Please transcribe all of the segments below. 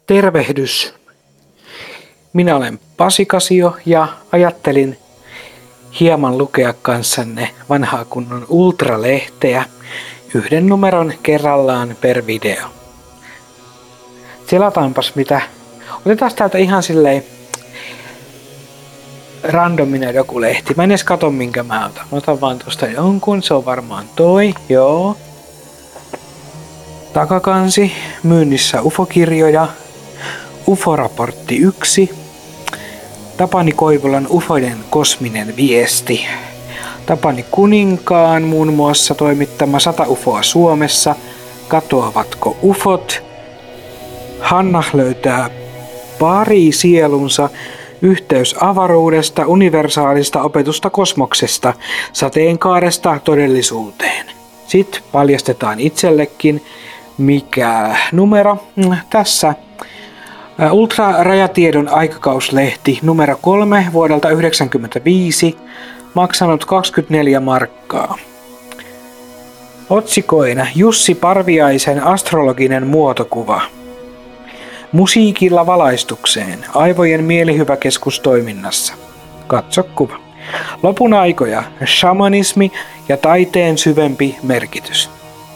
Tervehdys! Minä olen Pasi Kasio ja ajattelin hieman lukea kanssanne vanhaa kunnon ultralehteä yhden numeron kerrallaan per video. Selataanpas mitä. Otetaan täältä ihan silleen randomina joku lehti. Mä en edes kato minkä mä otan. Mä otan vaan tuosta jonkun. Se on varmaan toi. Joo. Takakansi. Myynnissä UFO-kirjoja. UFO-raportti 1. Tapani Koivulan ufojen kosminen viesti. Tapani Kuninkaan muun muassa toimittama 100 ufoa Suomessa. Katoavatko ufot? Hanna löytää pari sielunsa. Yhteys avaruudesta, universaalista opetusta kosmoksesta, sateenkaaresta todellisuuteen. Sitten paljastetaan itsellekin, mikä numero. Tässä Ultra-rajatiedon aikakauslehti numero 3 vuodelta 1995, maksanut 24 markkaa. Otsikoina Jussi Parviaisen astrologinen muotokuva. Musiikilla valaistukseen, aivojen mielihyväkeskus toiminnassa. Katso kuva. Lopun aikoja, shamanismi ja taiteen syvempi merkitys.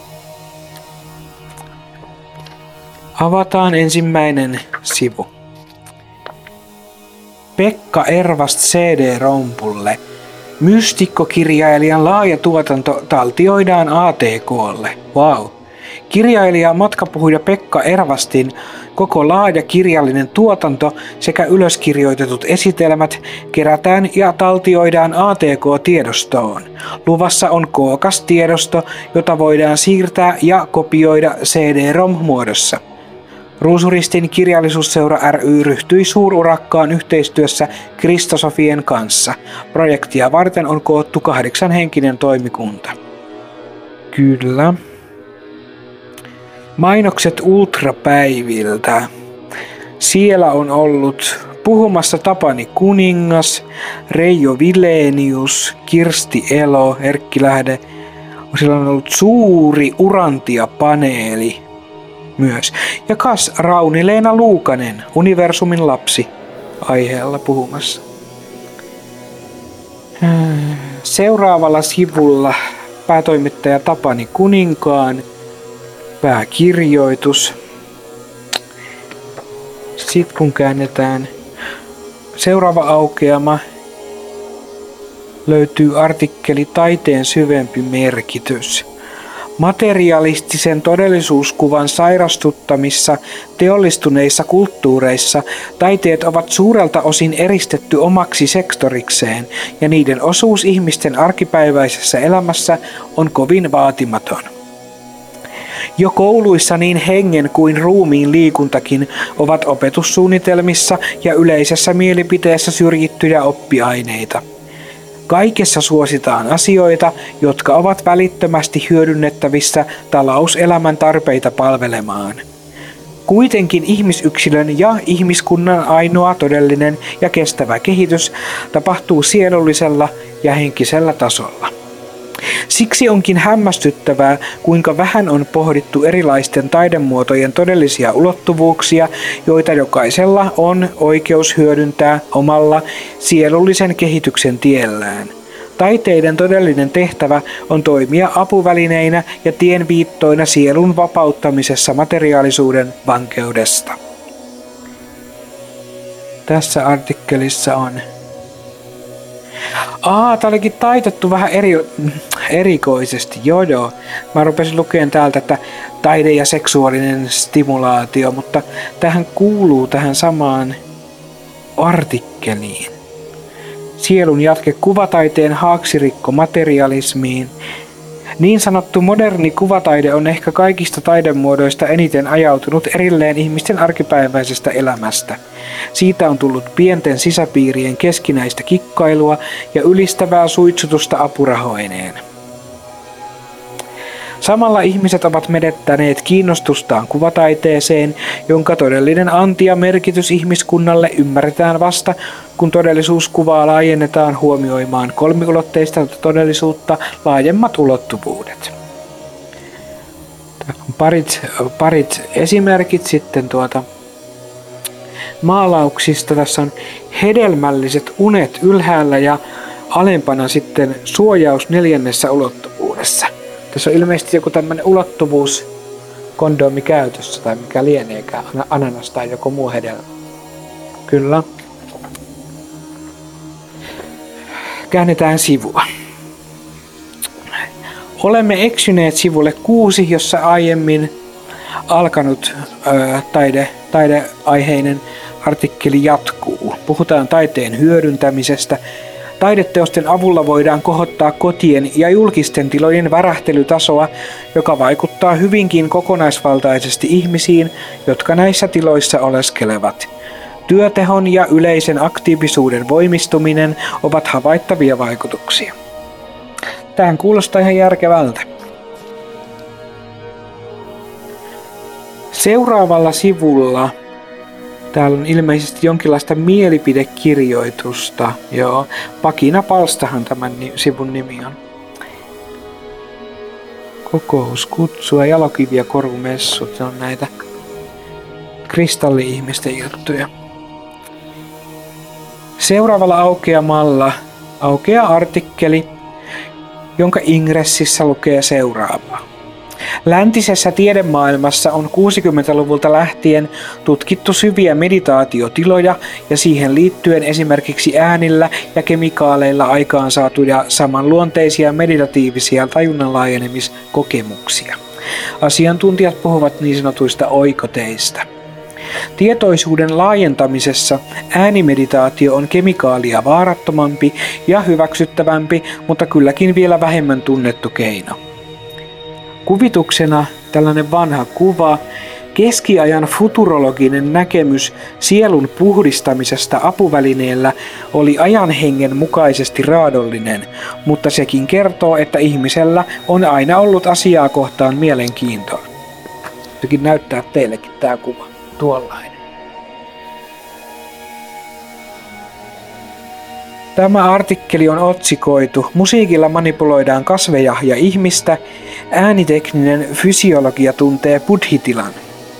Avataan ensimmäinen sivu. Pekka Ervast CD-rompulle. Mystikkokirjailijan laaja tuotanto taltioidaan ATK:lle. Wow. Kirjailija matkapuhuja Pekka Ervastin koko laaja kirjallinen tuotanto sekä ylöskirjoitetut esitelmät kerätään ja taltioidaan ATK-tiedostoon. Luvassa on kookas tiedosto, jota voidaan siirtää ja kopioida CD-ROM-muodossa. Ruusuristin kirjallisuusseura ry ryhtyi suururakkaan yhteistyössä Kristosofien kanssa. Projektia varten on koottu 8-henkinen toimikunta. Kyllä. Mainokset ultrapäiviltä. Siellä on ollut puhumassa Tapani Kuningas, Reijo Vilenius, Kirsti Elo, Erkki Lähde. Siellä on ollut suuri Urantia-paneeli myös. Ja kas Rauni-Leena Luukanen, Universumin lapsi, aiheella puhumassa. Seuraavalla sivulla päätoimittaja Tapani Kuninkaan pääkirjoitus. Sitten kun käännetään seuraava aukeama, löytyy artikkeli Taiteen syvempi merkitys. Materialistisen todellisuuskuvan sairastuttamissa teollistuneissa kulttuureissa taiteet ovat suurelta osin eristetty omaksi sektorikseen ja niiden osuus ihmisten arkipäiväisessä elämässä on kovin vaatimaton. Jo kouluissa niin hengen kuin ruumiin liikuntakin ovat opetussuunnitelmissa ja yleisessä mielipiteessä syrjittyjä oppiaineita. Kaikessa suositaan asioita, jotka ovat välittömästi hyödynnettävissä talouselämän tarpeita palvelemaan. Kuitenkin ihmisyksilön ja ihmiskunnan ainoa todellinen ja kestävä kehitys tapahtuu sielullisella ja henkisellä tasolla. Siksi onkin hämmästyttävää, kuinka vähän on pohdittu erilaisten taidemuotojen todellisia ulottuvuuksia, joita jokaisella on oikeus hyödyntää omalla sielullisen kehityksen tiellään. Taiteiden todellinen tehtävä on toimia apuvälineinä ja tienviittoina sielun vapauttamisessa materiaalisuuden vankeudesta. Tässä artikkelissa on tää olikin taitettu vähän erikoisesti. Joo. Mä rupesin lukemaan täältä, että taide ja seksuaalinen stimulaatio, mutta tähän kuuluu tähän samaan artikkeliin. Sielun jatke kuvataiteen haaksirikko materialismiin. Niin sanottu moderni kuvataide on ehkä kaikista taidemuodoista eniten ajautunut erilleen ihmisten arkipäiväisestä elämästä. Siitä on tullut pienten sisäpiirien keskinäistä kikkailua ja ylistävää suitsutusta apurahoineen. Samalla ihmiset ovat menettäneet kiinnostustaan kuvataiteeseen, jonka todellinen anti ja merkitys ihmiskunnalle ymmärretään vasta, kun todellisuuskuvaa laajennetaan huomioimaan kolmiulotteista todellisuutta laajemmat ulottuvuudet. Parit esimerkit sitten maalauksista. Tässä on hedelmälliset unet ylhäällä ja alempana sitten suojaus 4. ulottuvuudessa. Tässä on ilmeisesti joku tämmöinen ulottuvuuskondomi käytössä tai mikä lieneekään, ananas tai joku muu hedelmä. Kyllä. Käännetään sivua. Olemme eksyneet sivulle 6, jossa aiemmin alkanut taideaiheinen artikkeli jatkuu. Puhutaan taiteen hyödyntämisestä. Taideteosten avulla voidaan kohottaa kotien ja julkisten tilojen värähtelytasoa, joka vaikuttaa hyvinkin kokonaisvaltaisesti ihmisiin, jotka näissä tiloissa oleskelevat. Työtehon ja yleisen aktiivisuuden voimistuminen ovat havaittavia vaikutuksia. Tähän kuulostaa ihan järkevältä. Seuraavalla sivulla täällä on ilmeisesti jonkinlaista mielipidekirjoitusta. Joo, Pakina Palstahan tämän sivun nimi on. Kokous, kutsua, jalokivi ja korumessut. Se on näitä kristalli-ihmisten juttuja. Seuraavalla aukeamalla aukeaa artikkeli, jonka ingressissä lukee seuraavaa. Läntisessä tiedemaailmassa on 60-luvulta lähtien tutkittu syviä meditaatiotiloja ja siihen liittyen esimerkiksi äänillä ja kemikaaleilla aikaansaatuja samanluonteisia meditatiivisia tajunnan laajenemiskokemuksia. Asiantuntijat puhuvat niin sanotuista oikoteista. Tietoisuuden laajentamisessa äänimeditaatio on kemikaalia vaarattomampi ja hyväksyttävämpi, mutta kylläkin vielä vähemmän tunnettu keino. Kuvituksena tällainen vanha kuva, keskiajan futurologinen näkemys sielun puhdistamisesta apuvälineellä oli ajan hengen mukaisesti raadollinen, mutta sekin kertoo, että ihmisellä on aina ollut asiaa kohtaan mielenkiintoa. Sekin näyttää teillekin tämä kuva. Tuollainen. Tämä artikkeli on otsikoitu Musiikilla manipuloidaan kasveja ja ihmistä. Äänitekninen fysiologia tuntee buddhitilan.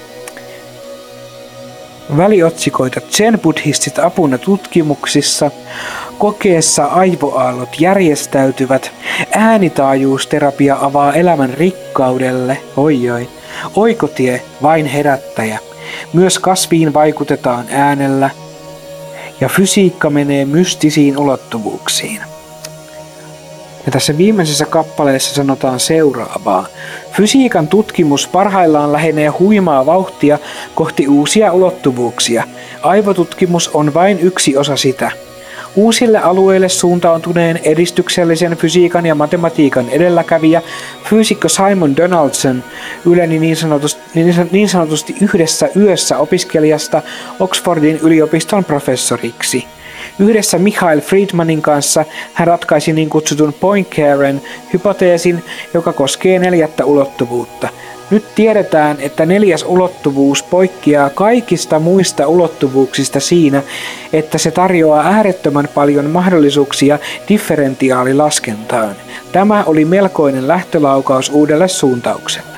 Väliotsikoita Zen-buddhistit apuna tutkimuksissa. Kokeessa aivoaallot järjestäytyvät. Äänitaajuusterapia avaa elämän rikkaudelle. Oikotie vain herättäjä. Myös kasviin vaikutetaan äänellä. Ja fysiikka menee mystisiin ulottuvuuksiin. Ja tässä viimeisessä kappaleessa sanotaan seuraavaa. Fysiikan tutkimus parhaillaan lähenee huimaa vauhtia kohti uusia ulottuvuuksia. Aivotutkimus on vain yksi osa sitä. Uusille alueille suuntautuneen edistyksellisen fysiikan ja matematiikan edelläkävijä fyysikko Simon Donaldson yleni niin sanotusti yhdessä yössä opiskelijasta Oxfordin yliopiston professoriksi. Yhdessä Michael Friedmanin kanssa hän ratkaisi niin kutsutun Poincaren hypoteesin, joka koskee 4. ulottuvuutta. Nyt tiedetään, että 4. ulottuvuus poikkeaa kaikista muista ulottuvuuksista siinä, että se tarjoaa äärettömän paljon mahdollisuuksia differentiaalilaskentaan. Tämä oli melkoinen lähtölaukaus uudelle suuntaukselle.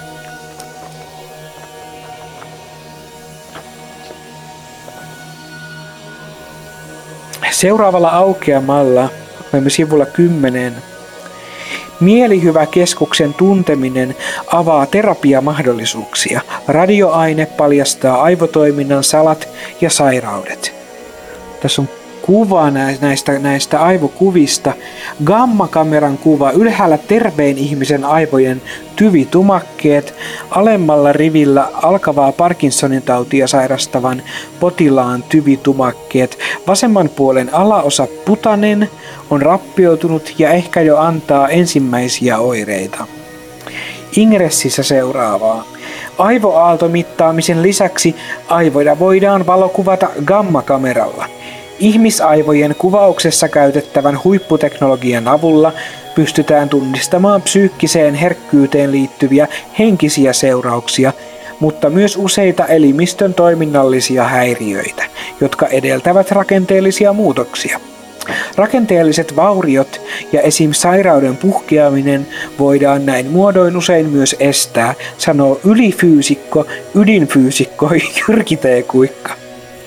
Seuraavalla aukeamalla olemme sivulla 10. Mielihyväkeskuksen tunteminen avaa terapiamahdollisuuksia. Radioaine paljastaa aivotoiminnan salat ja sairaudet. Tässä on kuva näistä aivokuvista. Gammakameran kuva ylhäällä terveen ihmisen aivojen tyvitumakkeet, alemmalla rivillä alkavaa Parkinsonin tautia sairastavan potilaan tyvitumakkeet, vasemman puolen alaosa putanen on rappioitunut ja ehkä jo antaa ensimmäisiä oireita. Ingressissä seuraavaa. Aivoaaltomittaamisen lisäksi aivoja voidaan valokuvata gammakameralla. Ihmisaivojen kuvauksessa käytettävän huipputeknologian avulla pystytään tunnistamaan psyykkiseen herkkyyteen liittyviä henkisiä seurauksia, mutta myös useita elimistön toiminnallisia häiriöitä, jotka edeltävät rakenteellisia muutoksia. Rakenteelliset vauriot ja esim. Sairauden puhkeaminen voidaan näin muodoin usein myös estää, sanoo ylifyysikko, ydinfyysikko Jyrki T. Kuikka.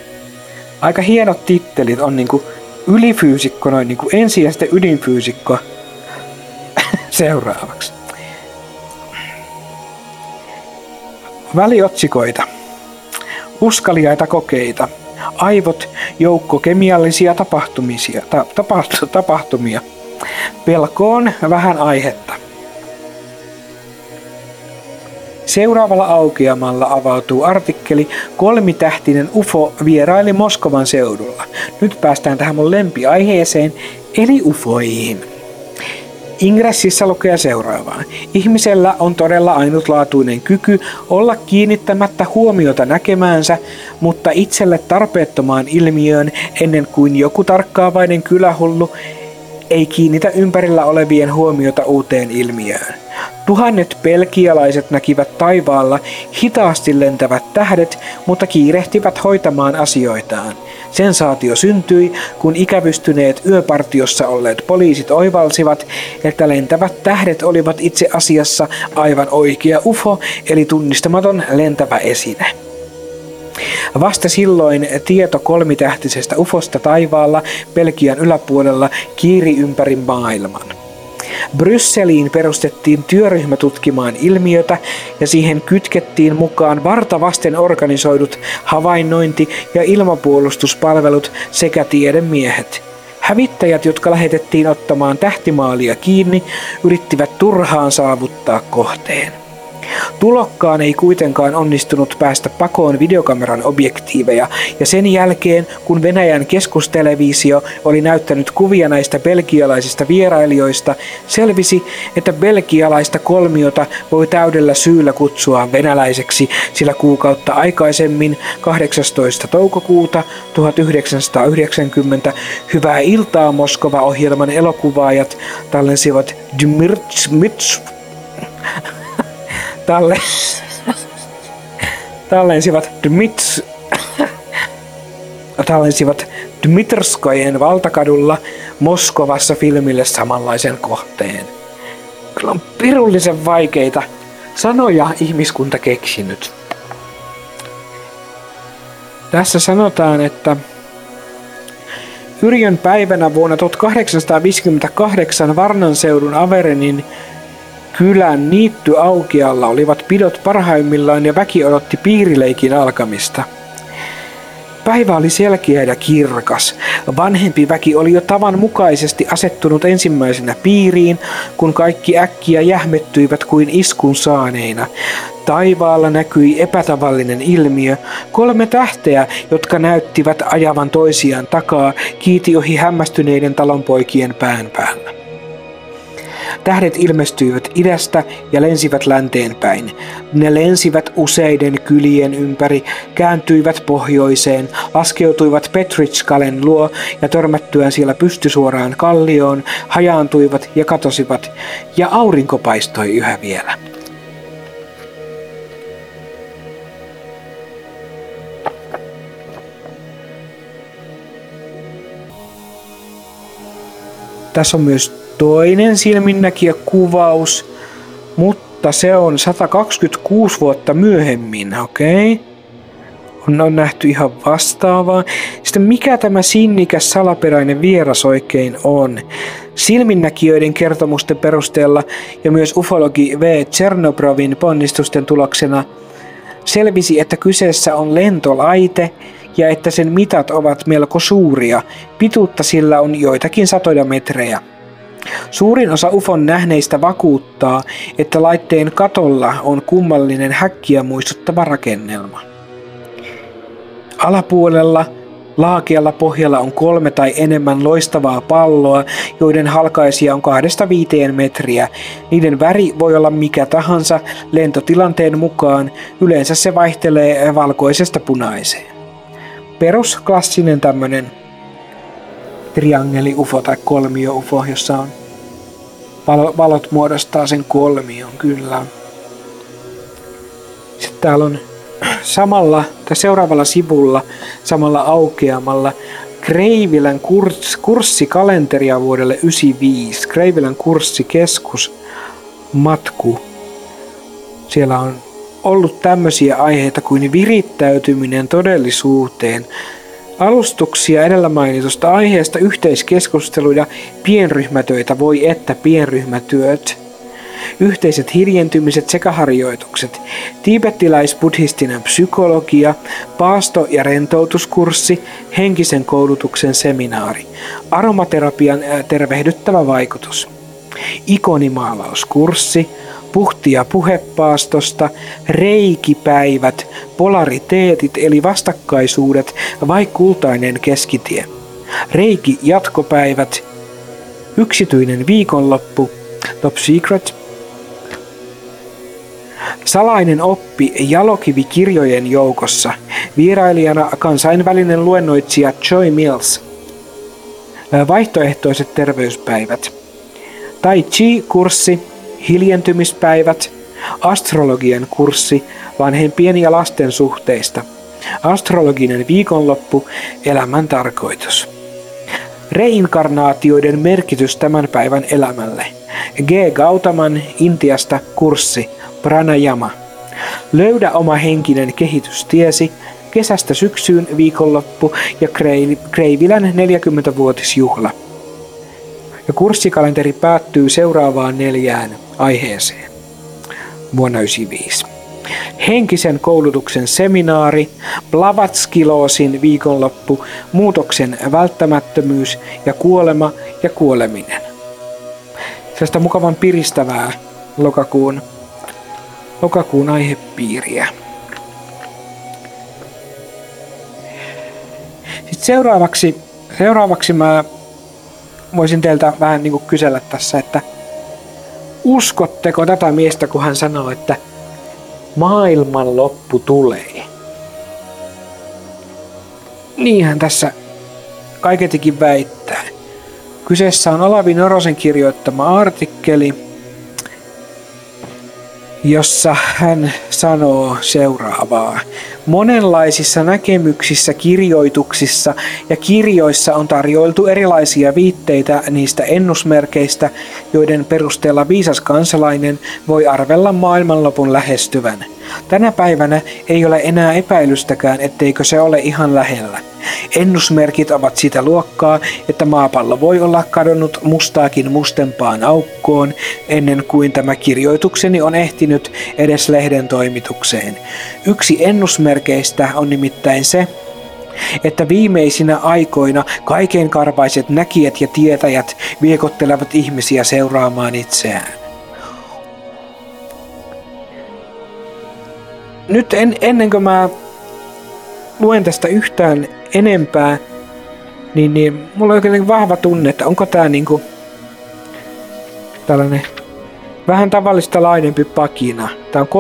Aika hienot tittelit on niinku ylifyysikko, noin niinku ensi ja sitten ydinfyysikko seuraavaksi. Väliotsikoita. Uskaliaita kokeita. Aivot, joukko kemiallisia tapahtumia. Pelkoon vähän aihetta. Seuraavalla aukeamalla avautuu artikkeli 3-tähtinen UFO vieraili Moskovan seudulla. Nyt päästään tähän mun lempiaiheeseen, eli UFOihin. Ingressissä lukee seuraavaa. Ihmisellä on todella ainutlaatuinen kyky olla kiinnittämättä huomiota näkemäänsä, mutta itselle tarpeettomaan ilmiöön ennen kuin joku tarkkaavainen kylähullu ei kiinnitä ympärillä olevien huomiota uuteen ilmiöön. Tuhannet belgialaiset näkivät taivaalla hitaasti lentävät tähdet, mutta kiirehtivät hoitamaan asioitaan. Sensaatio syntyi, kun ikävystyneet yöpartiossa olleet poliisit oivalsivat, että lentävät tähdet olivat itse asiassa aivan oikea UFO, eli tunnistamaton lentävä esine. Vasta silloin tieto 3-tähtisestä UFOsta taivaalla Belgian yläpuolella kiiri ympäri maailman. Brysseliin perustettiin työryhmä tutkimaan ilmiötä ja siihen kytkettiin mukaan vartavasten organisoidut havainnointi- ja ilmapuolustuspalvelut sekä tiedemiehet. Hävittäjät, jotka lähetettiin ottamaan tähtimaalia kiinni, yrittivät turhaan saavuttaa kohteen. Tulokkaan ei kuitenkaan onnistunut päästä pakoon videokameran objektiiveja, ja sen jälkeen, kun Venäjän keskustelevisio oli näyttänyt kuvia näistä belgialaisista vierailijoista, selvisi, että belgialaista kolmiota voi täydellä syyllä kutsua venäläiseksi, sillä kuukautta aikaisemmin 18. toukokuuta 1990 Hyvää iltaa Moskova-ohjelman elokuvaajat tallensivat tallensivat Dmitrskojen valtakadulla Moskovassa filmille samanlaisen kohteen. Kyllä on pirullisen vaikeita sanoja ihmiskunta keksinyt. Tässä sanotaan, että Yrjön päivänä vuonna 1858 Varnan seudun Averenin kylän niittyaukealla olivat pidot parhaimmillaan ja väki odotti piirileikin alkamista. Päivä oli selkeä ja kirkas. Vanhempi väki oli jo tavan mukaisesti asettunut ensimmäisenä piiriin, kun kaikki äkkiä jähmettyivät kuin iskun saaneina. Taivaalla näkyi epätavallinen ilmiö. 3 tähteä, jotka näyttivät ajavan toisiaan takaa, kiiti ohi hämmästyneiden talonpoikien pään päällä. Tähdet ilmestyivät idästä ja lensivät länteen päin. Ne lensivät useiden kylien ympäri, kääntyivät pohjoiseen, laskeutuivat Petritskalen luo ja törmättyään siellä pystysuoraan kallioon, hajaantuivat ja katosivat, ja aurinko paistoi yhä vielä. Tässä on myös toinen silminnäkijäkuvaus, mutta se on 126 vuotta myöhemmin, okei? On nähty ihan vastaavaa. Sitten mikä tämä sinnikäs salaperäinen vieras oikein on? Silminnäkijöiden kertomusten perusteella ja myös ufologi V. Chernobrovin ponnistusten tuloksena selvisi, että kyseessä on lentolaite ja että sen mitat ovat melko suuria. Pituutta sillä on joitakin satoja metrejä. Suurin osa UFOn nähneistä vakuuttaa, että laitteen katolla on kummallinen häkkiä muistuttava rakennelma. Alapuolella laakealla pohjalla on 3 tai enemmän loistavaa palloa, joiden halkaisia on 2-5 metriä. Niiden väri voi olla mikä tahansa lentotilanteen mukaan, yleensä se vaihtelee valkoisesta punaiseen. Perusklassinen tämmönen triangeli-UFO tai kolmio-UFO, jossa on valot muodostaa sen kolmion, kyllä. Sitten täällä on seuraavalla sivulla, samalla aukeamalla, Kreivilän kurssikalenteria vuodelle 1995. Kreivilän kurssikeskus matku. Siellä on ollut tämmöisiä aiheita kuin virittäytyminen todellisuuteen, Alustuksia edellä mainitusta aiheesta, yhteiskeskusteluja, pienryhmätöitä, voi että pienryhmätyöt, yhteiset hiljentymiset sekä harjoitukset, tiibettiläis-buddhistinen psykologia, paasto- ja rentoutuskurssi, henkisen koulutuksen seminaari, aromaterapian tervehdyttävä vaikutus, ikonimaalauskurssi, puhti- ja puhepaastosta, reikipäivät, polariteetit eli vastakkaisuudet vai kultainen keskitie, reiki-jatkopäivät, yksityinen viikonloppu, Top Secret, salainen oppi jalokivikirjojen joukossa, vierailijana kansainvälinen luennoitsija Joy Mills, vaihtoehtoiset terveyspäivät, Tai Chi-kurssi, hiljentymispäivät, astrologian kurssi vanhempien ja lasten suhteista, astrologinen viikonloppu, elämän tarkoitus. Reinkarnaatioiden merkitys tämän päivän elämälle. G. Gautaman Intiasta kurssi, pranayama. Löydä oma henkinen kehitystiesi, kesästä syksyyn viikonloppu ja Kreivilän 40-vuotisjuhla. Ja kurssikalenteri päättyy seuraavaan 4 aiheeseen vuonna 1995. Henkisen koulutuksen seminaari, Blavatskiloosin viikonloppu, muutoksen välttämättömyys ja kuolema ja kuoleminen. Sellaista mukavan piristävää lokakuun aihepiiriä. Sitten seuraavaksi mä voisin teiltä vähän niin kuin kysellä tässä, että uskotteko tätä miestä, kun hän sanoo, että maailman loppu tulee? Niinhän tässä kaiketikin väittää. Kyseessä on Olavi Norosen kirjoittama artikkeli, jossa hän sanoo seuraavaa. Monenlaisissa näkemyksissä, kirjoituksissa ja kirjoissa on tarjoiltu erilaisia viitteitä niistä ennusmerkeistä, joiden perusteella viisas kansalainen voi arvella maailmanlopun lähestyvän. Tänä päivänä ei ole enää epäilystäkään, etteikö se ole ihan lähellä. Ennusmerkit ovat sitä luokkaa, että maapallo voi olla kadonnut mustaakin mustempaan aukkoon ennen kuin tämä kirjoitukseni on ehtinyt edes lehden toimitukseen. Yksi ennusmerkeistä on nimittäin se, että viimeisinä aikoina kaikenkarvaiset näkijät ja tietäjät viekottelevat ihmisiä seuraamaan itseään. Nyt ennen kuin mä luen tästä yhtään enempää, niin mulla on jotenkin vahva tunne, että onko tää niinku tällainen vähän tavallista laajempi pakina. Tää on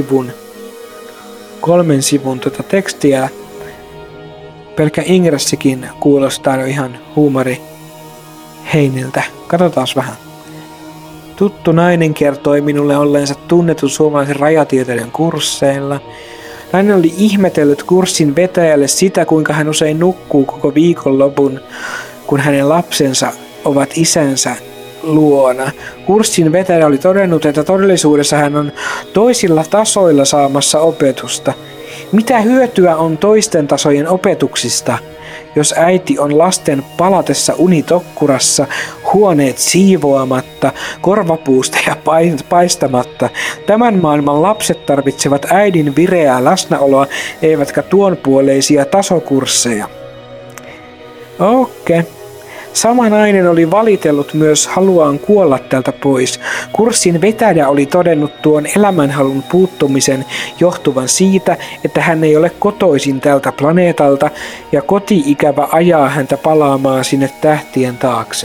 3 sivun tekstiä. Pelkkä ingressikin kuulostaa jo ihan huumoriheiniltä. Katsotaan vähän. Tuttu nainen kertoi minulle olleensa tunnetun suomalaisen rajatieteiden kursseilla. Nainen oli ihmetellyt kurssin vetäjälle sitä, kuinka hän usein nukkuu koko viikonlopun, kun hänen lapsensa ovat isänsä luona. Kurssin vetäjä oli todennut, että todellisuudessa hän on toisilla tasoilla saamassa opetusta. Mitä hyötyä on toisten tasojen opetuksista, jos äiti on lasten palatessa unitokkurassa, huoneet siivoamatta, korvapuusta ja paistamatta? Tämän maailman lapset tarvitsevat äidin vireää läsnäoloa, eivätkä tuonpuoleisia tasokursseja. Okei. Sama nainen oli valitellut myös haluaan kuolla tältä pois. Kurssin vetäjä oli todennut tuon elämänhalun puuttumisen johtuvan siitä, että hän ei ole kotoisin tältä planeetalta ja koti-ikävä ajaa häntä palaamaan sinne tähtien taakse.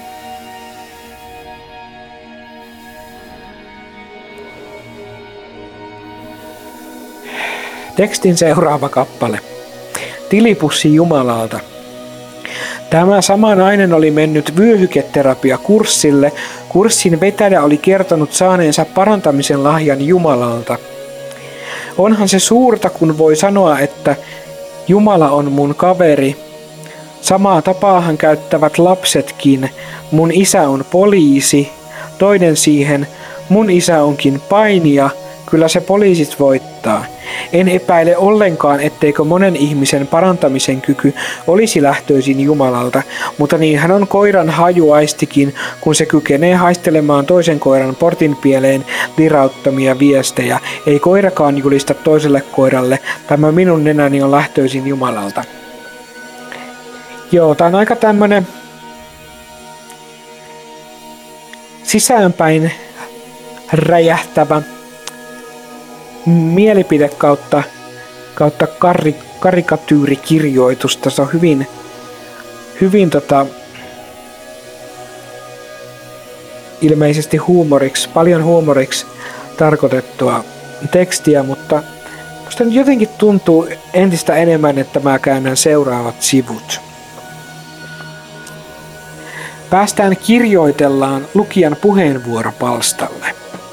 Tekstin seuraava kappale. Tilipussi Jumalalta. Tämä sama nainen oli mennyt vyöhyketerapiakurssille. Kurssin vetäjä oli kertonut saaneensa parantamisen lahjan Jumalalta. Onhan se suurta, kun voi sanoa, että Jumala on mun kaveri. Samaa tapaahan käyttävät lapsetkin. Mun isä on poliisi. Toinen siihen, mun isä onkin painija. kyllä se poliisit voittaa. En epäile ollenkaan, etteikö monen ihmisen parantamisen kyky olisi lähtöisin Jumalalta, mutta niinhän on koiran hajuaistikin, kun se kykenee haistelemaan toisen koiran portin pieleen lirauttamia viestejä. Ei koirakaan julista toiselle koiralle, tämä minun nenäni on lähtöisin Jumalalta. Joo, tää on aika tämmönen sisäänpäin räjähtävä mielipide kautta karikatyyrikirjoitus. Tässä on hyvin ilmeisesti paljon huumoriksi tarkoitettua tekstiä, mutta musta nyt jotenkin tuntuu entistä enemmän, että mä käännän seuraavat sivut. Päästään kirjoitellaan lukijan puheenvuoropalstalle.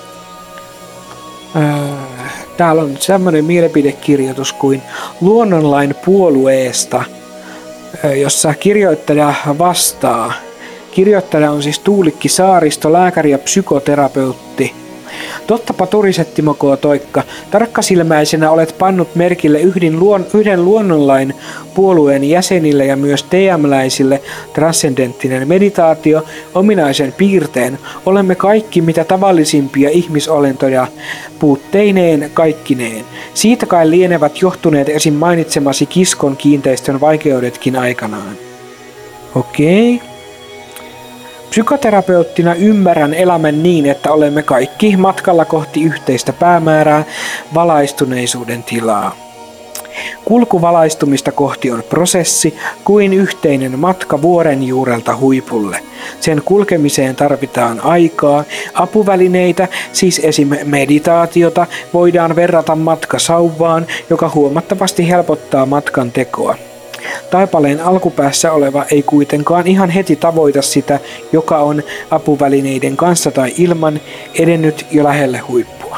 Täällä on semmoinen mielipidekirjoitus kuin Luonnonlain puolueesta, jossa kirjoittaja vastaa. Kirjoittaja on siis Tuulikki Saaristo, lääkäri ja psykoterapeutti. Tottapa turiset, Timo K. Toikka. Tarkkasilmäisenä olet pannut merkille yhden luonnonlain puolueen jäsenille ja myös TM-läisille transcendenttinen meditaatio ominaisen piirteen. Olemme kaikki mitä tavallisimpia ihmisolentoja, puutteineen kaikkineen. Siitä kai lienevät johtuneet esim. Mainitsemasi kiskon kiinteistön vaikeudetkin aikanaan. Okei. Psykoterapeuttina ymmärrän elämän niin, että olemme kaikki matkalla kohti yhteistä päämäärää, valaistuneisuuden tilaa. Kulku valaistumista kohti on prosessi kuin yhteinen matka vuoren juurelta huipulle. Sen kulkemiseen tarvitaan aikaa, apuvälineitä, siis esim. Meditaatiota, voidaan verrata matkasauvaan, joka huomattavasti helpottaa matkan tekoa. Taipaleen alkupäässä oleva ei kuitenkaan ihan heti tavoita sitä, joka on apuvälineiden kanssa tai ilman edennyt jo lähelle huippua.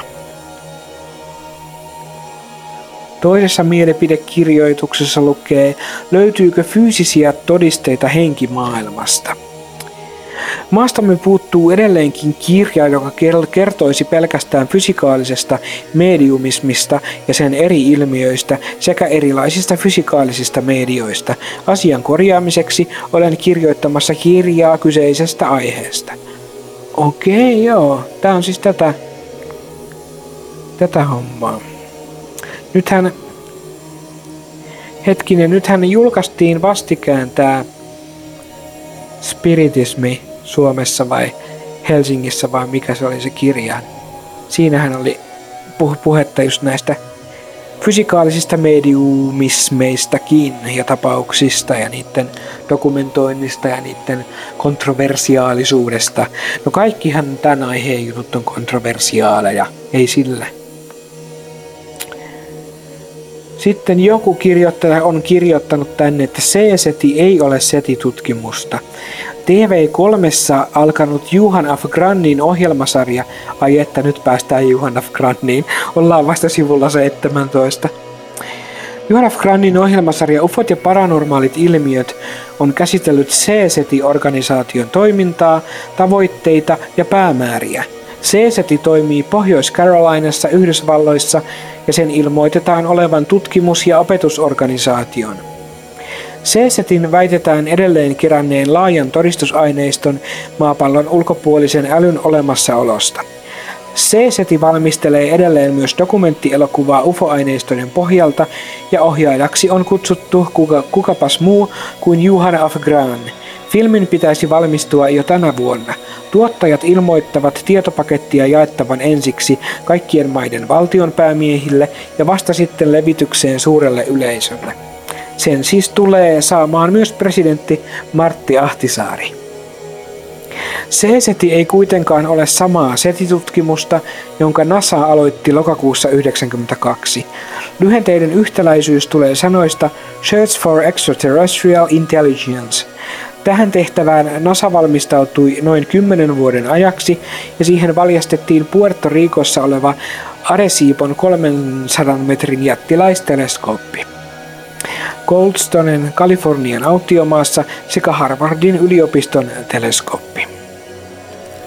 Toisessa mielipidekirjoituksessa lukee, löytyykö fyysisiä todisteita henkimaailmasta. Maastamme puuttuu edelleenkin kirja, joka kertoisi pelkästään fysikaalisesta mediumismista ja sen eri ilmiöistä sekä erilaisista fysikaalisista medioista. Asian korjaamiseksi olen kirjoittamassa kirjaa kyseisestä aiheesta. Okei, joo. Tää on siis tätä hommaa. Nythän julkaistiin vastikään tää spiritismi Suomessa vai Helsingissä vai mikä se oli se kirja. Siinähän oli puhetta just näistä fysikaalisista mediumismeistakin ja tapauksista ja niiden dokumentoinnista ja niiden kontroversiaalisuudesta. No kaikkihan tämän aiheen jutut on kontroversiaaleja, ei sillä. Sitten joku kirjoittaja on kirjoittanut tänne, että C-seti ei ole setitutkimusta. TV3 alkanut Johan af Grannin ohjelmasarja, ai että nyt päästään Johan af Granniin, ollaan vasta sivulla 17. Johan af Grannin ohjelmasarja Ufot ja paranormaalit ilmiöt on käsitellyt C-seti-organisaation toimintaa, tavoitteita ja päämääriä. C-seti toimii Pohjois-Carolinassa Yhdysvalloissa ja sen ilmoitetaan olevan tutkimus- ja opetusorganisaation. C-setin väitetään edelleen keränneen laajan todistusaineiston maapallon ulkopuolisen älyn olemassaolosta. C-seti valmistelee edelleen myös dokumenttielokuvaa UFO-aineistojen pohjalta ja ohjaajaksi on kutsuttu kukapas muu kuin Johan af Gran. Filmin pitäisi valmistua jo tänä vuonna. Tuottajat ilmoittavat tietopakettia jaettavan ensiksi kaikkien maiden valtionpäämiehille ja vasta sitten levitykseen suurelle yleisölle. Sen siis tulee saamaan myös presidentti Martti Ahtisaari. C-seti ei kuitenkaan ole samaa setitutkimusta, jonka NASA aloitti lokakuussa 1992. Lyhenteiden yhtäläisyys tulee sanoista Search for Extraterrestrial Intelligence. Tähän tehtävään NASA valmistautui noin 10 vuoden ajaksi ja siihen valjastettiin Puerto Ricossa oleva Arecipon 300 metrin jättiläisteleskooppi. Goldstonen Kalifornian autiomaassa sekä Harvardin yliopiston teleskooppi.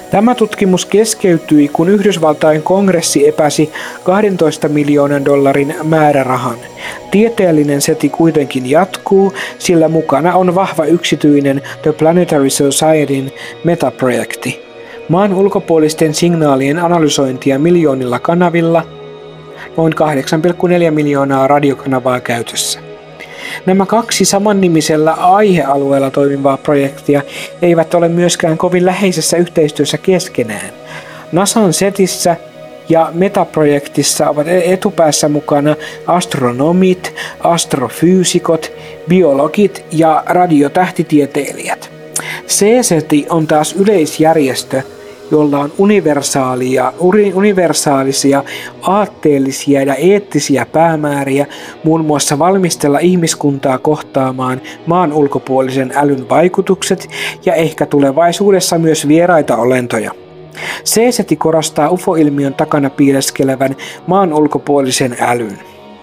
Tämä tutkimus keskeytyi, kun Yhdysvaltain kongressi epäsi $12 miljoonan määrärahan. Tieteellinen seti kuitenkin jatkuu, sillä mukana on vahva yksityinen The Planetary Societyn metaprojekti. Maan ulkopuolisten signaalien analysointia miljoonilla kanavilla, noin 8,4 miljoonaa radiokanavaa käytössä. Nämä kaksi samannimisellä aihealueella toimivaa projektia eivät ole myöskään kovin läheisessä yhteistyössä keskenään. NASAn setissä ja metaprojektissa ovat etupäässä mukana astronomit, astrofyysikot, biologit ja radiotähtitieteilijät. C-seti on taas yleisjärjestö, jolla on universaalisia, aatteellisia ja eettisiä päämääriä, muun muassa valmistella ihmiskuntaa kohtaamaan maan ulkopuolisen älyn vaikutukset ja ehkä tulevaisuudessa myös vieraita olentoja. C-seti korostaa UFO-ilmiön takana piileskelevän maan ulkopuolisen älyn.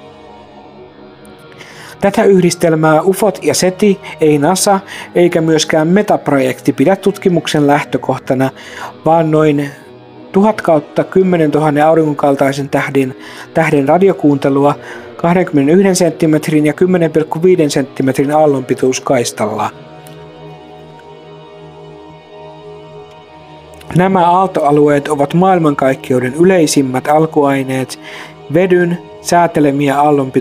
Tätä yhdistelmää UFOt ja SETI, ei NASA eikä myöskään metaprojekti pidä tutkimuksen lähtökohtana, vaan noin 1000/10 000 auringonkaltaisen tähden radiokuuntelua 21 senttimetrin ja 10,5 senttimetrin aallonpituuskaistalla. Nämä aaltoalueet ovat maailmankaikkeuden yleisimmät alkuaineet, vedyn säätelemiä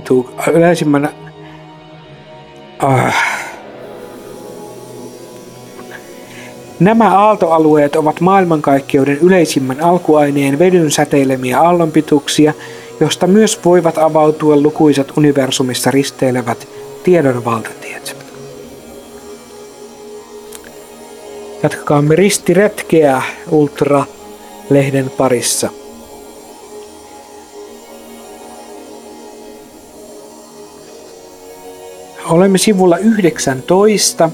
Nämä aaltoalueet ovat maailmankaikkeuden yleisimmän alkuaineen vedyn säteilemiä aallonpituuksia, josta myös voivat avautua lukuisat universumissa risteilevät tiedon valtatiet. Jatkakaamme ristiretkeä Ultra-lehden parissa. Olemme sivulla 19.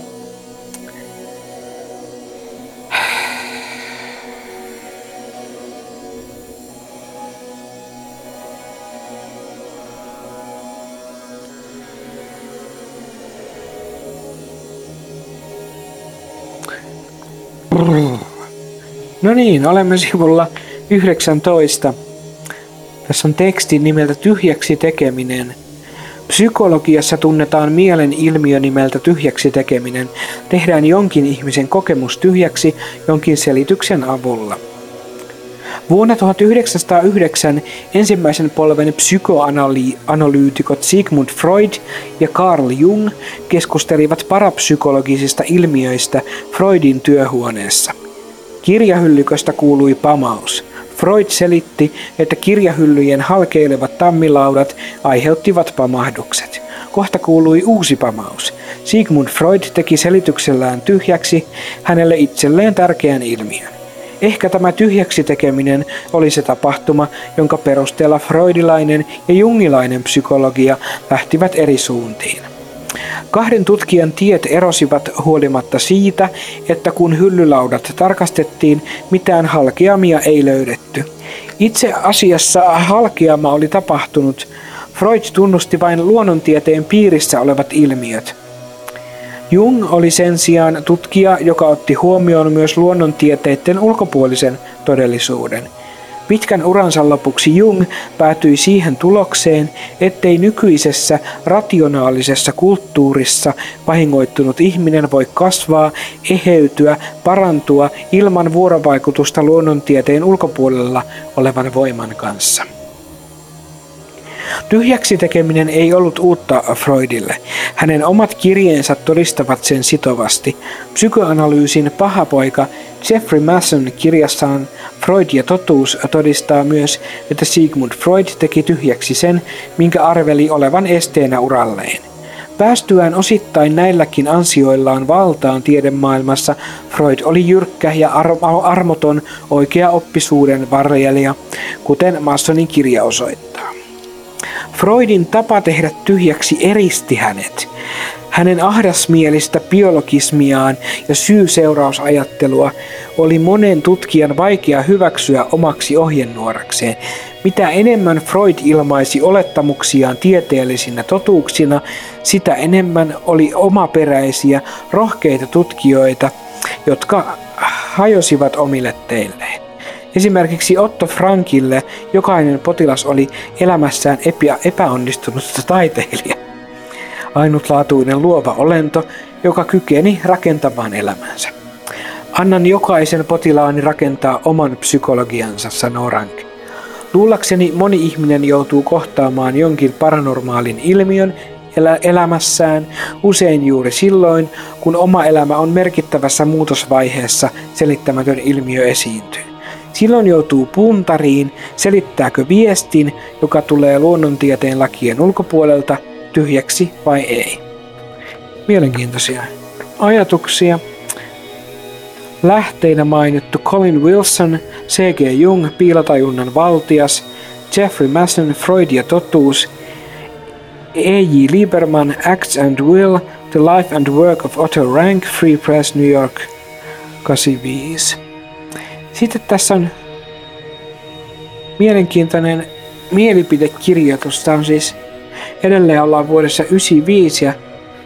No niin, olemme sivulla 19. Tässä on teksti nimeltä tyhjäksi tekeminen. Psykologiassa tunnetaan mielen ilmiö nimeltä tyhjäksi tekeminen. Tehdään jonkin ihmisen kokemus tyhjäksi jonkin selityksen avulla. Vuonna 1909 ensimmäisen polven psykoanalyytikot Sigmund Freud ja Carl Jung keskustelivat parapsykologisista ilmiöistä Freudin työhuoneessa. Kirjahyllyköstä kuului pamaus. Freud selitti, että kirjahyllyjen halkeilevat tammilaudat aiheuttivat pamahdukset. Kohta kuului uusi pamaus. Sigmund Freud teki selityksellään tyhjäksi hänelle itselleen tärkeän ilmiön. Ehkä tämä tyhjäksi tekeminen oli se tapahtuma, jonka perusteella freudilainen ja jungilainen psykologia lähtivät eri suuntiin. Kahden tutkijan tiet erosivat huolimatta siitä, että kun hyllylaudat tarkastettiin, mitään halkeamia ei löydetty. Itse asiassa halkeama oli tapahtunut. Freud tunnusti vain luonnontieteen piirissä olevat ilmiöt. Jung oli sen sijaan tutkija, joka otti huomioon myös luonnontieteiden ulkopuolisen todellisuuden. Pitkän uransa lopuksi Jung päätyi siihen tulokseen, ettei nykyisessä rationaalisessa kulttuurissa vahingoittunut ihminen voi kasvaa, eheytyä, parantua ilman vuorovaikutusta luonnontieteen ulkopuolella olevan voiman kanssa. Tyhjäksi tekeminen ei ollut uutta Freudille. Hänen omat kirjeensä todistavat sen sitovasti. Psykoanalyysin pahapoika Jeffrey Masson kirjassaan Freud ja totuus todistaa myös, että Sigmund Freud teki tyhjäksi sen, minkä arveli olevan esteenä uralleen. Päästyään osittain näilläkin ansioillaan valtaan tiedemaailmassa, Freud oli jyrkkä ja armoton oikeaoppisuuden varjelija, kuten Massonin kirja osoittaa. Freudin tapa tehdä tyhjäksi eristi hänet. Hänen ahdasmielistä biologismiaan ja syy-seurausajattelua oli monen tutkijan vaikea hyväksyä omaksi ohjenuorakseen. Mitä enemmän Freud ilmaisi olettamuksiaan tieteellisinä totuuksina, sitä enemmän oli omaperäisiä, rohkeita tutkijoita, jotka hajosivat omille teilleen. Esimerkiksi Otto Frankille jokainen potilas oli elämässään epäonnistunut taiteilija. Ainutlaatuinen luova olento, joka kykeni rakentamaan elämänsä. Annan jokaisen potilaani rakentaa oman psykologiansa, sanoo Rank. Luullakseni moni ihminen joutuu kohtaamaan jonkin paranormaalin ilmiön elämässään, usein juuri silloin, kun oma elämä on merkittävässä muutosvaiheessa selittämätön ilmiö esiintyy. Silloin joutuu puntariin, selittääkö viestin, joka tulee luonnontieteen lakien ulkopuolelta, tyhjäksi vai ei. Mielenkiintoisia ajatuksia. Lähteinä mainittu Colin Wilson, C.G. Jung, Piilotajunnan valtias, Jeffrey Masson, Freud ja totuus, E.J. Lieberman, Acts and Will, The Life and Work of Otto Rank, Free Press, New York, 85. Sitten tässä on mielenkiintoinen mielipidekirjoitus. Tämä on siis edelleen ollaan vuodessa 1995 ja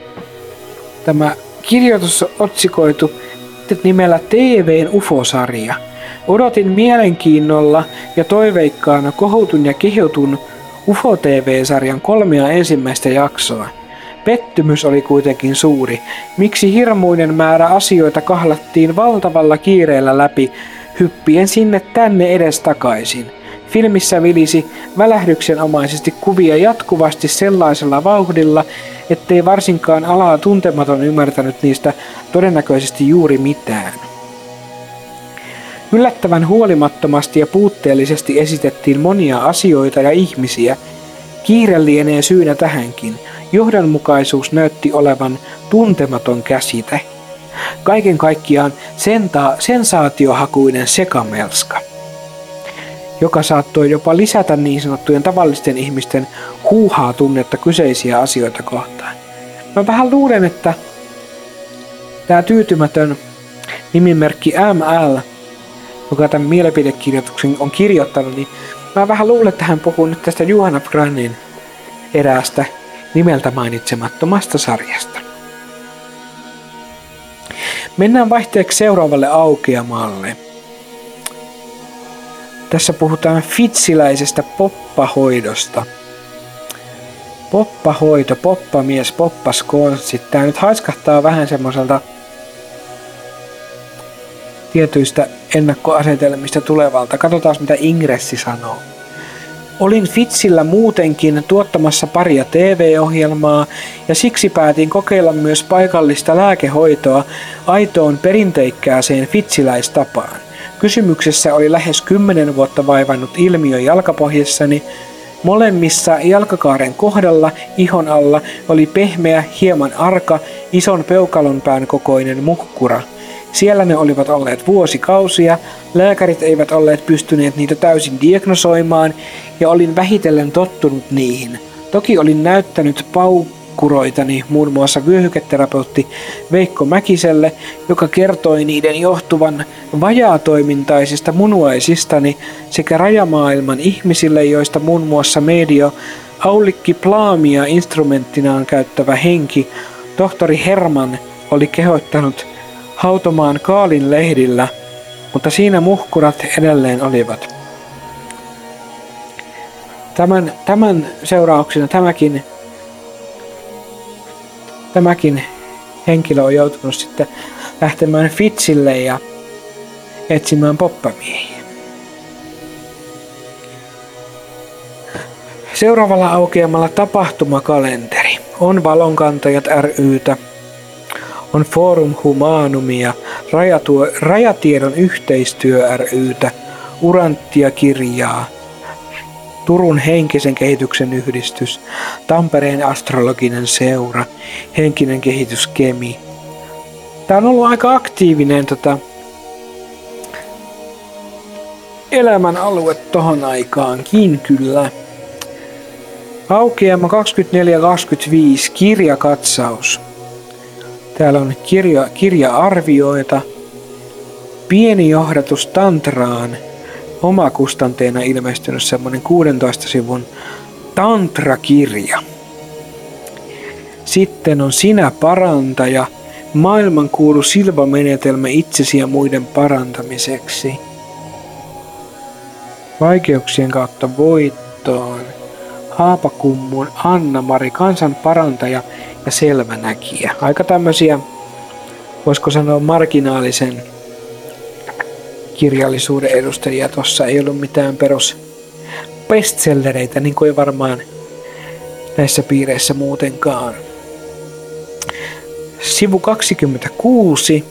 tämä kirjoitus on otsikoitu nimellä TV:n UFO-sarja. Odotin mielenkiinnolla ja toiveikkaana kohutun ja kehutun UFO-TV-sarjan 3 ensimmäistä jaksoa. Pettymys oli kuitenkin suuri. Miksi hirmuinen määrä asioita kahlattiin valtavalla kiireellä läpi, hyppien sinne tänne edestakaisin. Filmissä vilisi välähdyksenomaisesti kuvia jatkuvasti sellaisella vauhdilla, ettei varsinkaan alaa tuntematon ymmärtänyt niistä todennäköisesti juuri mitään. Yllättävän huolimattomasti ja puutteellisesti esitettiin monia asioita ja ihmisiä. Kiire lienee syynä tähänkin. Johdonmukaisuus näytti olevan tuntematon käsite. Kaiken kaikkiaan sensaatiohakuinen sekamelska, joka saattoi jopa lisätä niin sanottujen tavallisten ihmisten huuhaa tunnetta kyseisiä asioita kohtaan. Mä vähän luulen, että tämä tyytymätön nimimerkki ML, joka tämän mielipidekirjoituksen on kirjoittanut, niin mä vähän luulen, että hän puhuu nyt tästä Johanna Frannin eräästä nimeltä mainitsemattomasta sarjasta. Mennään vaihteeksi seuraavalle aukeamalle. Tässä puhutaan fitsiläisestä poppahoidosta. Poppahoito, poppamies, poppaskonssit. Tää nyt haiskahtaa vähän semmoiselta tietyistä ennakkoasetelmista tulevalta. Katsotaan mitä Ingressi sanoo. Olin Fitsillä muutenkin tuottamassa paria TV-ohjelmaa ja siksi päätin kokeilla myös paikallista lääkehoitoa aitoon perinteikkääseen fitsiläistapaan. Kysymyksessä oli lähes 10 vuotta vaivannut ilmiö jalkapohjassani. Molemmissa jalkakaaren kohdalla ihon alla oli pehmeä, hieman arka, ison peukalonpään kokoinen mukkura. Siellä ne olivat olleet vuosikausia, lääkärit eivät olleet pystyneet niitä täysin diagnosoimaan ja olin vähitellen tottunut niihin. Toki olin näyttänyt paukkuroitani muun muassa vyöhyketerapeutti Veikko Mäkiselle, joka kertoi niiden johtuvan vajaatoimintaisista munuaisistani sekä rajamaailman ihmisille, joista muun muassa medio Aulikki Plaamia instrumenttinaan käyttävä henki, tohtori Herman, oli kehottanut hautomaan kaalin lehdillä, mutta siinä muhkurat edelleen olivat. Tämän seurauksena tämäkin henkilö on joutunut sitten lähtemään Fitsille ja etsimään poppamiehiä. Seuraavalla aukeamalla tapahtumakalenteri. On Valonkantajat ry:tä, on Forum Humanumia, Rajatiedon yhteistyö ry:tä, Uranttia-kirjaa, Turun henkisen kehityksen yhdistys, Tampereen astrologinen seura, henkinen kehitys Kemi. Tämä on ollut aika aktiivinen elämän alue tohon aikaankin kyllä. Aukeama 24-25, kirjakatsaus. Täällä on kirja-arvioita, pieni johdatus tantraan, omakustanteena ilmestynyt semmoinen 16 sivun tantrakirja. Sitten on Sinä parantaja, Maailmankuulu silvamenetelmä itsesi ja muiden parantamiseksi. Vaikeuksien kautta voittoon. Haapakummun Anna-Mari, kansan parantaja ja selvänäkijä. Aika tämmöisiä, voisiko sanoa marginaalisen kirjallisuuden edustajia. Tuossa ei ollut mitään perus bestsellereitä, niin kuin ei varmaan näissä piireissä muutenkaan. Sivu 26.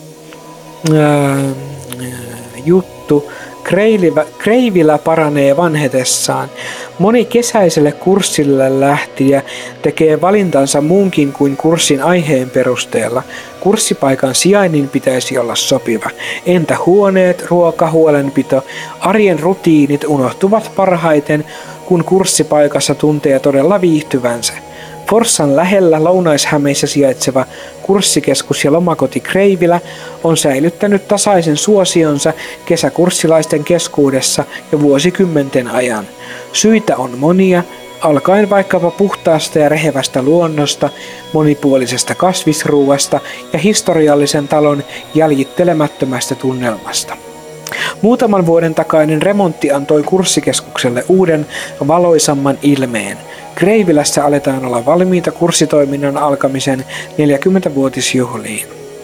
Juttu. Kreivilä paranee vanhetessaan. Moni kesäiselle kurssille lähtijä tekee valintansa muunkin kuin kurssin aiheen perusteella. Kurssipaikan sijainnin pitäisi olla sopiva. Entä huoneet, ruoka, huolenpito, arjen rutiinit unohtuvat parhaiten, kun kurssipaikassa tuntee todella viihtyvänsä. Forssan lähellä Lounais-Hämeissä sijaitseva kurssikeskus ja lomakoti Kreivilä on säilyttänyt tasaisen suosionsa kesäkurssilaisten keskuudessa jo vuosikymmenten ajan. Syitä on monia, alkaen vaikkapa puhtaasta ja rehevästä luonnosta, monipuolisesta kasvisruuasta ja historiallisen talon jäljittelemättömästä tunnelmasta. Muutaman vuoden takainen remontti antoi kurssikeskukselle uuden, valoisamman ilmeen. Kreivilässä aletaan olla valmiita kurssitoiminnan alkamisen 40-vuotisjuhliin.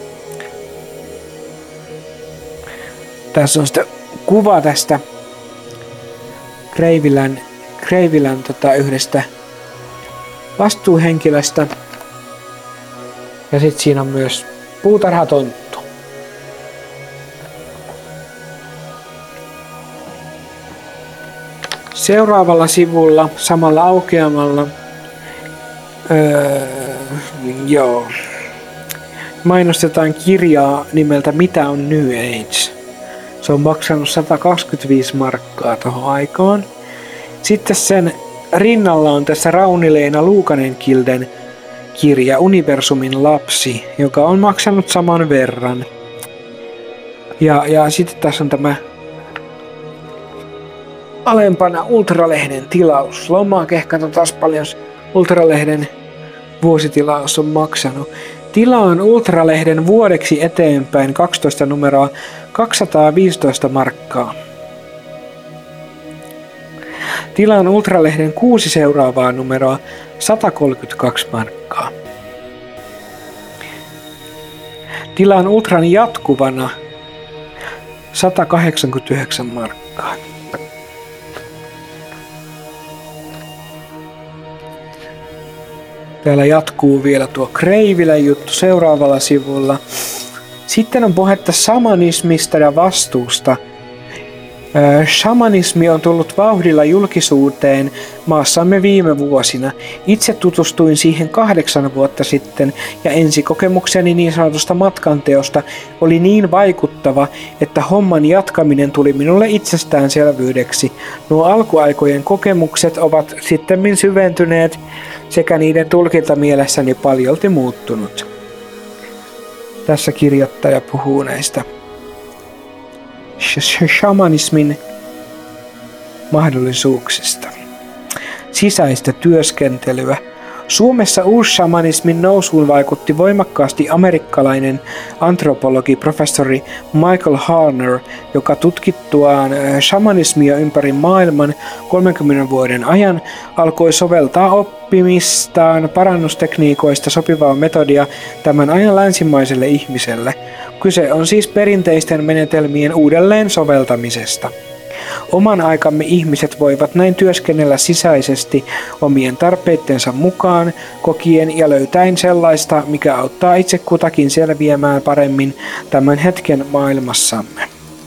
Tässä on sitten kuva tästä Kreivilän yhdestä vastuuhenkilöstä. Ja sitten siinä on myös puutarhatonttu. Seuraavalla samalla aukeamalla mainostetaan kirjaa nimeltä Mitä on New Age? Se on maksanut 125 markkaa tuohon aikaan. Sitten sen rinnalla on tässä Rauni-Leena Luukanen-Kilden kirja Universumin lapsi, joka on maksanut saman verran. Ja sitten tässä on tämä alempana Ultralehden tilauslomake. Katsotaan paljon Ultralehden vuositilaus on maksanut. Tilaan Ultralehden vuodeksi eteenpäin 12 numeroa 215 markkaa. Tilaan Ultralehden 6 seuraavaa numeroa 132 markkaa. Tilaan Ultran jatkuvana 189 markkaa. Täällä jatkuu vielä tuo Kreivilän juttu seuraavalla sivulla. Sitten on puhetta shamanismista ja vastuusta. Shamanismi on tullut vauhdilla julkisuuteen maassamme viime vuosina. Itse tutustuin siihen 8 vuotta sitten ja ensikokemukseni niin sanotusta matkanteosta oli niin vaikuttava, että homman jatkaminen tuli minulle itsestäänselvyydeksi. Nuo alkuaikojen kokemukset ovat sittemmin syventyneet sekä niiden tulkinta mielessäni paljolti muuttunut. Tässä kirjoittaja puhuu näistä shamanismin mahdollisuuksista. Sisäistä työskentelyä. Suomessa uusshamanismin nousuun vaikutti voimakkaasti amerikkalainen antropologi professori Michael Harner, joka tutkittuaan shamanismia ympäri maailman 30 vuoden ajan alkoi soveltaa oppimistaan parannustekniikoista sopivaa metodia tämän ajan länsimaiselle ihmiselle. Kyse on siis perinteisten menetelmien uudelleen soveltamisesta. Oman aikamme ihmiset voivat näin työskennellä sisäisesti omien tarpeittensa mukaan, kokien ja löytäen sellaista, mikä auttaa itse kutakin selviämään paremmin tämän hetken maailmassamme.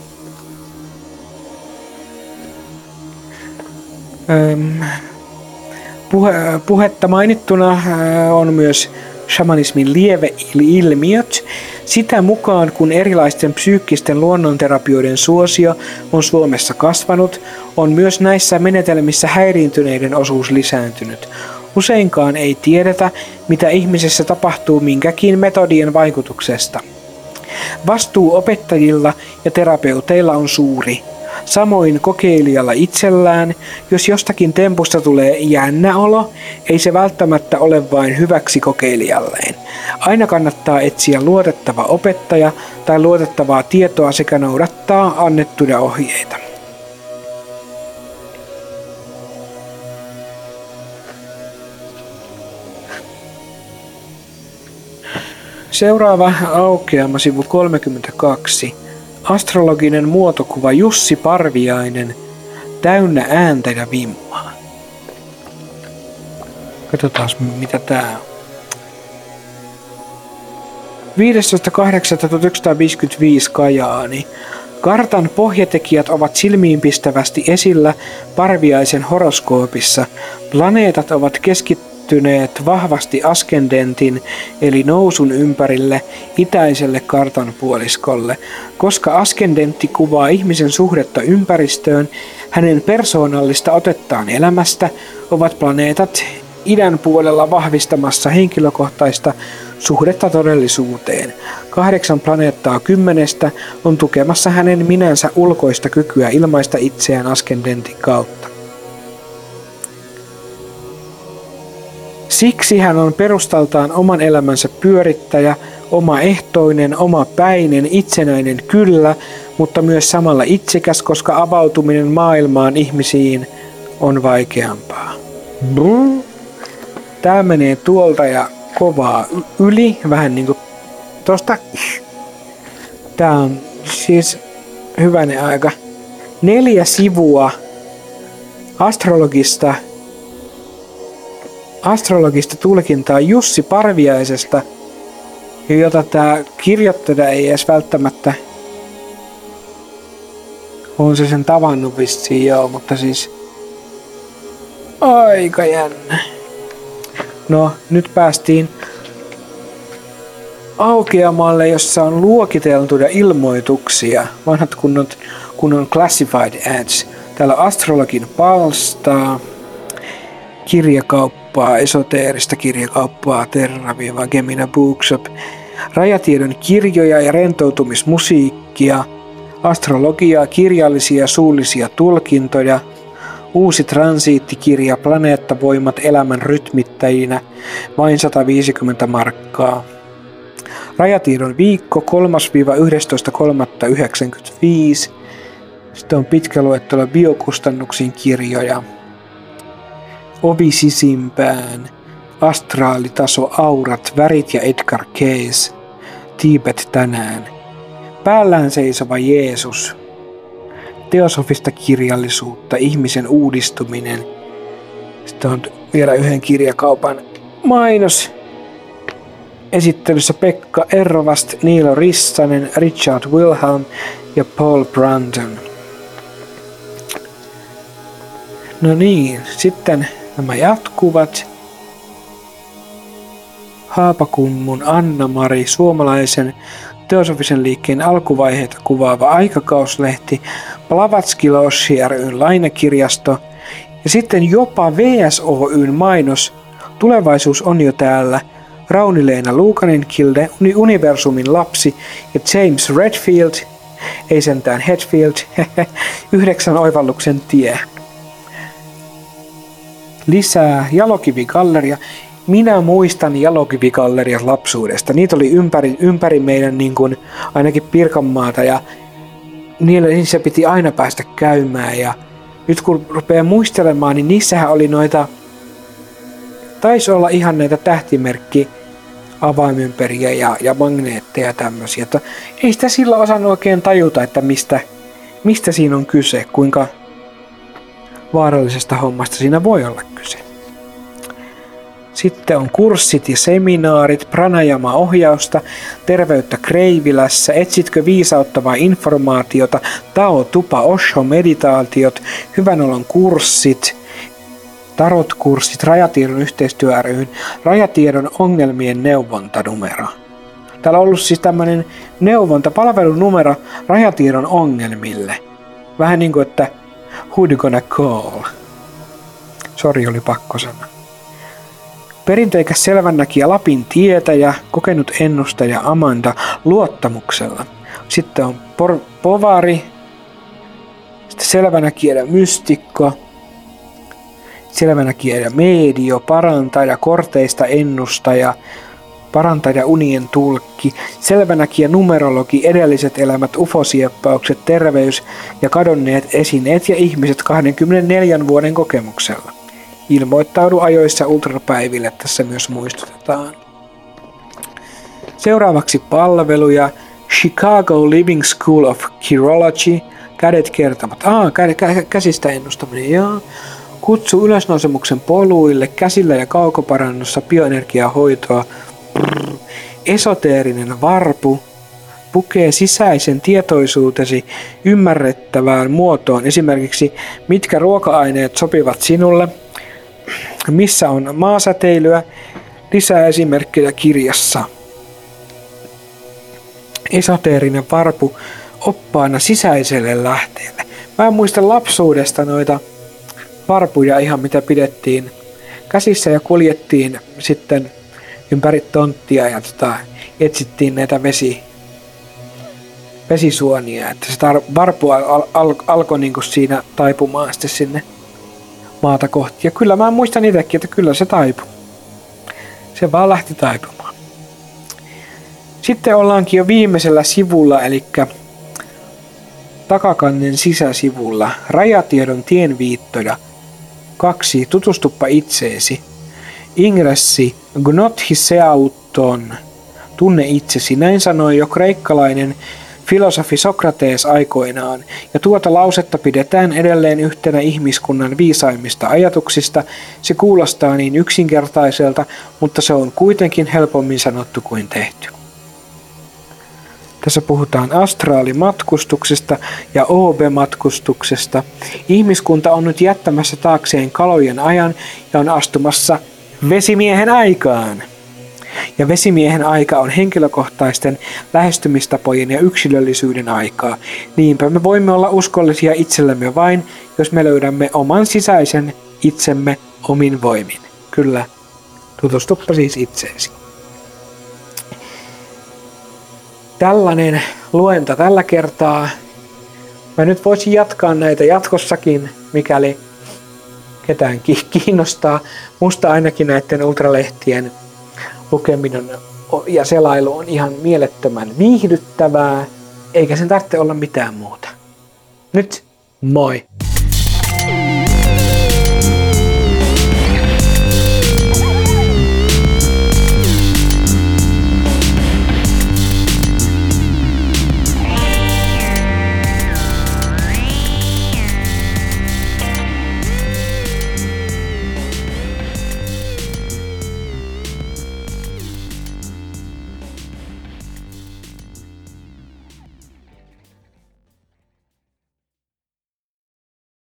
Puhetta mainittuna on myös shamanismin lieveilmiöt. Sitä mukaan, kun erilaisten psyykkisten luonnonterapioiden suosio on Suomessa kasvanut, on myös näissä menetelmissä häiriintyneiden osuus lisääntynyt. Useinkaan ei tiedetä, mitä ihmisessä tapahtuu minkäkin metodien vaikutuksesta. Vastuu opettajilla ja terapeuteilla on suuri. Samoin kokeilijalla itsellään, jos jostakin tempusta tulee jännä olo, ei se välttämättä ole vain hyväksi kokeilijalleen. Aina kannattaa etsiä luotettava opettaja tai luotettavaa tietoa sekä noudattaa annettuja ohjeita. Seuraava aukeama sivu 32. Astrologinen muotokuva Jussi Parviainen, täynnä ääntä ja vimmaa. Katsotaan mitä tää on. 15.8.1955 Kajaani. Kartan pohjatekijät ovat silmiinpistävästi esillä Parviaisen horoskoopissa. Planeetat ovat keskittyneet vahvasti ascendentin eli nousun ympärille itäiselle kartanpuoliskolle. Koska ascendentti kuvaa ihmisen suhdetta ympäristöön, hänen persoonallista otettaan elämästä, ovat planeetat idän puolella vahvistamassa henkilökohtaista suhdetta todellisuuteen. 8 planeettaa 10 on tukemassa hänen minänsä ulkoista kykyä ilmaista itseään ascendentin kautta. Siksi hän on perustaltaan oman elämänsä pyörittäjä, omaehtoinen, omapäinen, itsenäinen kyllä, mutta myös samalla itsekäs, koska avautuminen maailmaan ihmisiin on vaikeampaa. Tää menee tuolta ja kovaa yli, vähän niinku tosta. Tää on siis hyvänen aika 4 sivua astrologista tulkintaa Jussi Parviaisesta, jota tää kirjoittaja ei edes välttämättä on se sen tavannut vissiin joo, mutta siis aika jännä. No, nyt päästiin aukeamalle, jossa on luokiteltuja ilmoituksia, vanhat kunnon classified ads. Täällä astrologin palstaa, kirjakauppaa, esoteerista kirjakauppaa, Terra-Gemina Bookshop, rajatiedon kirjoja ja rentoutumismusiikkia, astrologiaa, kirjallisia suullisia tulkintoja, uusi transiittikirja Planeettavoimat elämän rytmittäjinä, vain 150 markkaa. Rajatiedon viikko 3-11.3.95. Sitten on pitkä luettelo biokustannuksiin kirjoja. Ovi sisimpään, astraalitaso, aurat, värit ja Edgar Cayce, Tiibet tänään, päällään seisova Jeesus, teosofista kirjallisuutta, ihmisen uudistuminen. Sitten on vielä yhden kirjakaupan mainos. Esittelyssä Pekka Ervast, Niilo Rissanen, Richard Wilhelm ja Paul Brandon. No niin, sitten nämä jatkuvat. Haapakummun Anna-Mari, suomalaisen teosofisen liikkeen alkuvaiheita kuvaava aikakauslehti, Blavatsky Loshi ry:n lainakirjasto ja sitten jopa VSOY:n mainos Tulevaisuus on jo täällä, Rauni-Leena Luukanen-Kilde, Universumin lapsi ja James Redfield, ei sentään Hetfield, 9 oivalluksen tie. Lisää Jalokivi-galleria. Minä muistan Jalokivi-galleriat lapsuudesta. Niitä oli ympäri meidän niin kuin, ainakin Pirkanmaata ja niissä piti aina päästä käymään. Ja nyt kun rupeaa muistelemaan, niin niissähän oli noita, taisi olla ihan näitä tähtimerkki avaimenperiä ja magneetteja ja tämmöisiä. Ei sitä silloin osannut oikein tajuta, että mistä siinä on kyse, kuinka vaarallisesta hommasta siinä voi olla kyse. Sitten on kurssit ja seminaarit, pranajama-ohjausta, terveyttä Kreivilässä, etsitkö viisauttavaa informaatiota, Tao Tupa Osho meditaatiot, hyvän olon kurssit, tarotkurssit, Rajatiedon yhteistyö ry:n, Rajatiedon ongelmien neuvontanumero. Täällä on ollut siis tämmöinen palvelunumero Rajatiedon ongelmille. Vähän niin kuin, että who you gonna call? Sori, oli pakko sanoa. Perinteikäs selvännäkijä Lapin tietäjä, kokenut ennustaja Amanda luottamuksella. Sitten on Povari, Sitten selvänäkijä mystikko, selvänäkijä medio, parantaja, korteista ennustaja, parantaja unien tulkki, selvänäkijä numerologi, edelliset elämät, ufosieppaukset, terveys ja kadonneet esineet ja ihmiset 24 vuoden kokemuksella. Ilmoittaudu ajoissa ultrapäiville, tässä myös muistutetaan. Seuraavaksi palveluja. Chicago Living School of Chirology. Kädet kertovat. Käsistä ennustaminen. Joo. Kutsu ylösnousemuksen poluille. Käsillä ja kaukoparannossa bioenergiahoitoa. Esoteerinen varpu. Pukee sisäisen tietoisuutesi ymmärrettävään muotoon. Esimerkiksi mitkä ruoka-aineet sopivat sinulle. Missä on maasäteilyä? Lisää esimerkkejä kirjassa. Esoteerinen varpu oppaana sisäiselle lähteelle. Mä en muista lapsuudesta noita varpuja ihan mitä pidettiin käsissä ja kuljettiin sitten ympäri tonttia ja etsittiin näitä vesisuonia. Että se varpu alkoi niinku siinä taipumaan sitten sinne maata kohti. Ja kyllä mä muistan itsekin, että kyllä se taipui. Se vaan lähti taipumaan. Sitten ollaankin jo viimeisellä sivulla, eli takakannen sisäsivulla. Rajatiedon tienviittoja. 2. Tutustuppa itseesi. Ingressi gnothi seauton. Tunne itsesi. Näin sanoi jo kreikkalainen filosofi Sokrates aikoinaan, ja tuota lausetta pidetään edelleen yhtenä ihmiskunnan viisaimmista ajatuksista. Se kuulostaa niin yksinkertaiselta, mutta se on kuitenkin helpommin sanottu kuin tehty. Tässä puhutaan astraalimatkustuksesta ja OB-matkustuksesta. Ihmiskunta on nyt jättämässä taakseen kalojen ajan ja on astumassa vesimiehen aikaan. Ja vesimiehen aika on henkilökohtaisten lähestymistapojen ja yksilöllisyyden aikaa. Niinpä me voimme olla uskollisia itsellemme vain, jos me löydämme oman sisäisen itsemme omin voimin. Kyllä, tutustuppa siis itseesi. Tällainen luenta tällä kertaa. Mä nyt voisin jatkaa näitä jatkossakin, mikäli ketään kiinnostaa. Musta ainakin näiden ultralehtien lukeminen ja selailu on ihan mielettömän viihdyttävää, eikä sen tarvitse olla mitään muuta. Nyt moi!